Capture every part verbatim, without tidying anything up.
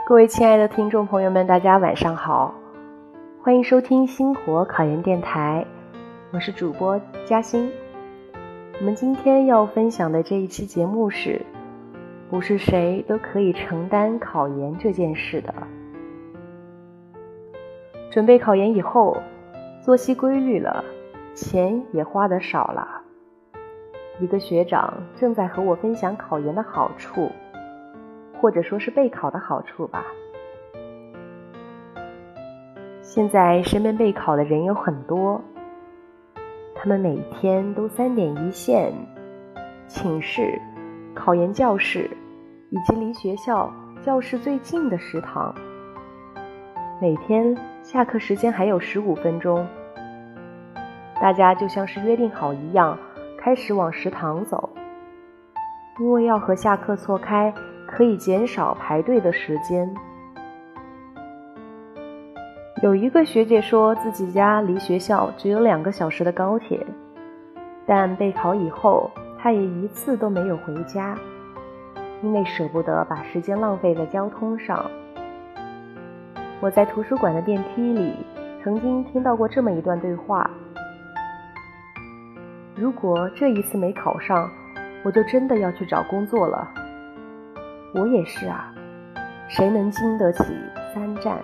各位亲爱的听众朋友们，大家晚上好，欢迎收听星火考研电台，我是主播嘉欣。我们今天要分享的这一期节目是，不是谁都可以承担考研这件事的。准备考研以后，作息规律了，钱也花得少了。一个学长正在和我分享考研的好处，或者说是备考的好处吧。现在身边备考的人有很多，他们每天都三点一线，寝室、考研教室以及离学校教室最近的食堂。每天下课时间还有十五分钟，大家就像是约定好一样，开始往食堂走，因为要和下课错开，可以减少排队的时间。有一个学姐说自己家离学校只有两个小时的高铁，但备考以后，她也一次都没有回家，因为舍不得把时间浪费在交通上。我在图书馆的电梯里曾经听到过这么一段对话：如果这一次没考上，我就真的要去找工作了。我也是啊，谁能经得起三战？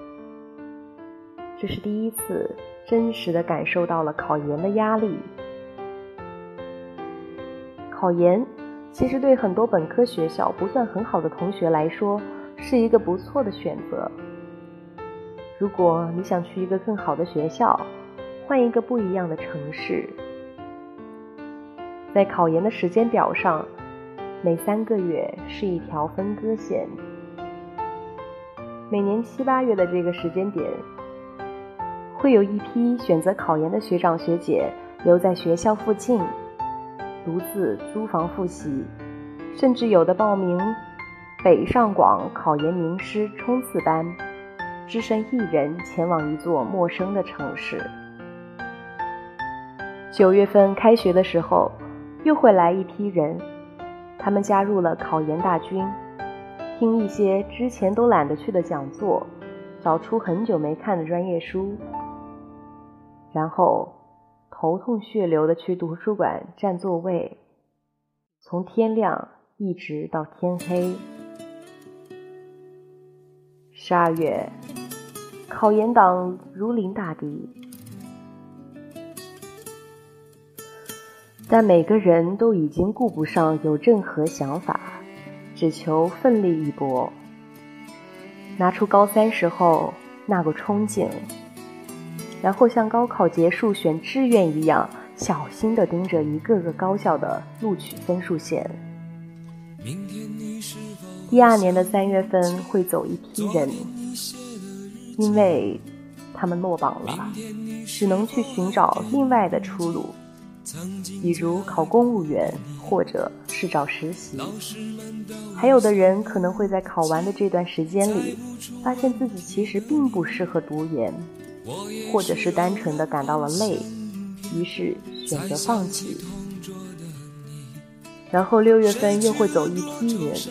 这是第一次真实地感受到了考研的压力。考研其实对很多本科学校不算很好的同学来说，是一个不错的选择。如果你想去一个更好的学校，换一个不一样的城市，在考研的时间表上，每三个月是一条分割线。每年七八月的这个时间点，会有一批选择考研的学长学姐留在学校附近，独自租房复习，甚至有的报名北上广考研名师冲刺班，只身一人前往一座陌生的城市。九月份开学的时候，又会来一批人，他们加入了考研大军，听一些之前都懒得去的讲座，找出很久没看的专业书，然后头痛血流地去图书馆占座位，从天亮一直到天黑。十二月，考研党如临大敌，但每个人都已经顾不上有任何想法，只求奋力一搏，拿出高三时候那股冲劲，然后像高考结束选志愿一样，小心地盯着一个个高校的录取分数线。第二年的三月份会走一批人，因为他们落榜了，只能去寻找另外的出路，比如考公务员，或者是找实习。还有的人可能会在考完的这段时间里，发现自己其实并不适合读研，或者是单纯的感到了累，于是选择放弃。然后六月份又会走一批人，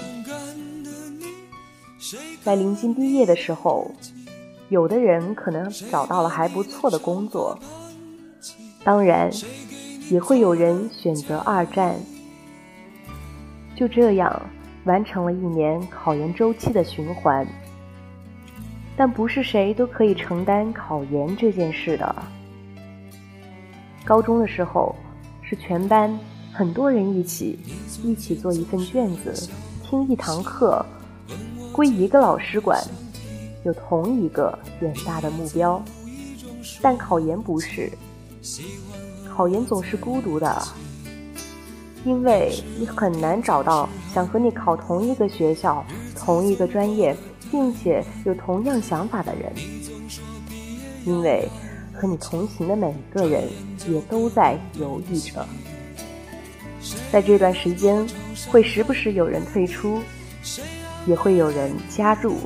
在临近毕业的时候，有的人可能找到了还不错的工作，当然也会有人选择二战。就这样完成了一年考研周期的循环。但不是谁都可以承担考研这件事的。高中的时候是全班很多人一起一起做一份卷子，听一堂课，归一个老师管，有同一个远大的目标。但考研不是，考研总是孤独的，因为你很难找到想和你考同一个学校、同一个专业，并且有同样想法的人，因为和你同行的每一个人也都在犹豫着。在这段时间，会时不时有人退出，也会有人加入。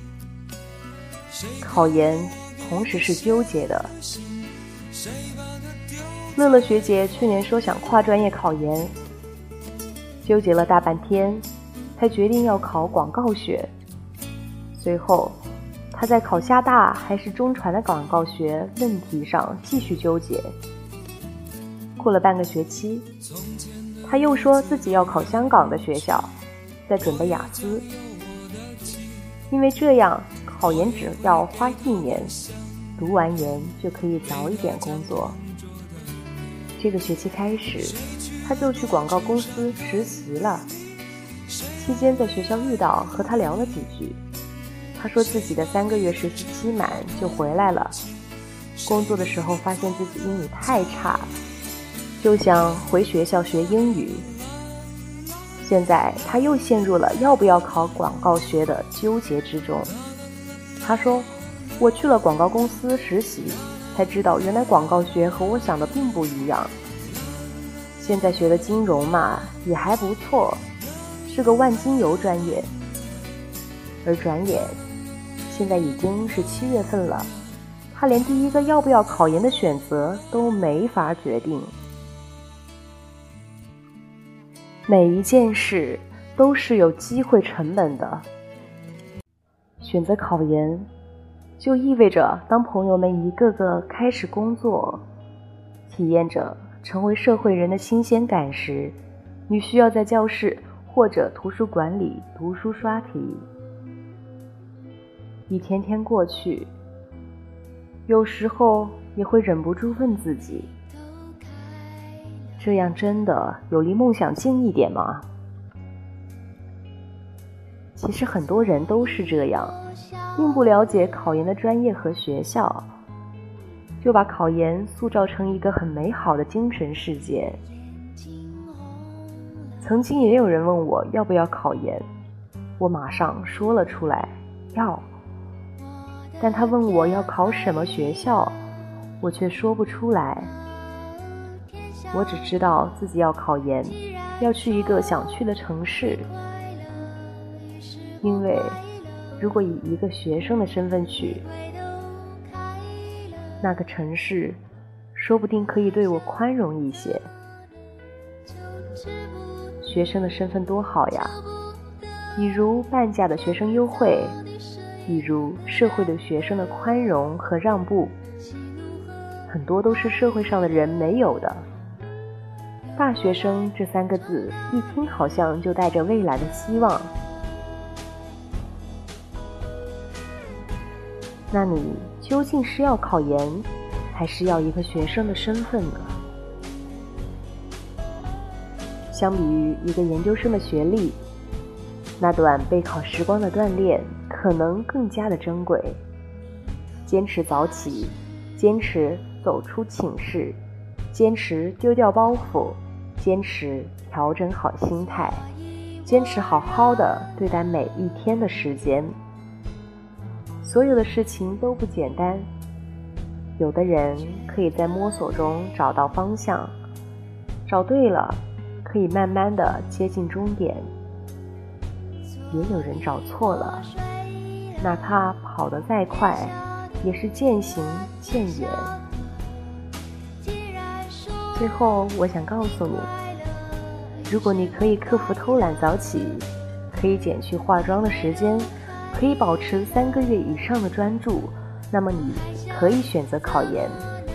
考研同时是纠结的。乐乐学姐去年说想跨专业考研，纠结了大半天，才决定要考广告学。 最后他在考厦大还是中传的广告学问题上继续纠结。过了半个学期，他又说自己要考香港的学校，在准备雅思，因为这样考研只要花一年，读完研就可以早一点工作。这个学期开始，他就去广告公司实习了。期间在学校遇到，和他聊了几句。他说自己的三个月实习期满就回来了，工作的时候发现自己英语太差了，就想回学校学英语。现在他又陷入了要不要考广告学的纠结之中。他说，我去了广告公司实习，才知道原来广告学和我想的并不一样。现在学的金融嘛，也还不错，是个万金油专业。而转眼现在已经是七月份了，他连第一个要不要考研的选择都没法决定。每一件事都是有机会成本的，选择考研就意味着当朋友们一个个开始工作，体验着成为社会人的新鲜感时，你需要在教室或者图书馆里读书刷题。一天天过去，有时候也会忍不住问自己，这样真的有离梦想近一点吗？其实很多人都是这样，并不了解考研的专业和学校，就把考研塑造成一个很美好的精神世界。曾经也有人问我要不要考研，我马上说了出来，要。但他问我要考什么学校，我却说不出来。我只知道自己要考研，要去一个想去的城市。因为如果以一个学生的身份去，那个城市说不定可以对我宽容一些。学生的身份多好呀，比如半价的学生优惠，比如社会对学生的宽容和让步，很多都是社会上的人没有的。大学生这三个字一听好像就带着未来的希望。那你究竟是要考研，还是要一个学生的身份呢？相比于一个研究生的学历，那段备考时光的锻炼可能更加的珍贵。坚持早起，坚持走出寝室，坚持丢掉包袱，坚持调整好心态，坚持好好的对待每一天的时间。所有的事情都不简单，有的人可以在摸索中找到方向，找对了可以慢慢的接近终点，也有人找错了，哪怕跑得再快，也是渐行渐远。最后我想告诉你，如果你可以克服偷懒早起，可以减去化妆的时间，可以保持三个月以上的专注，那么你可以选择考研。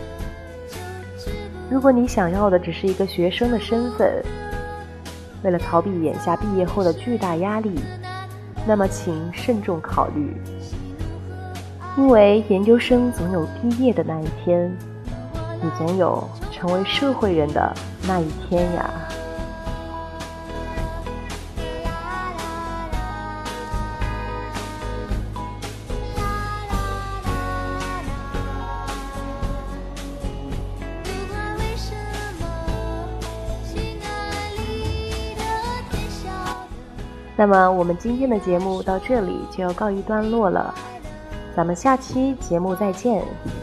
如果你想要的只是一个学生的身份，为了逃避眼下毕业后的巨大压力，那么请慎重考虑，因为研究生总有毕业的那一天，你总有成为社会人的那一天呀。那么我们今天的节目到这里就要告一段落了，咱们下期节目再见。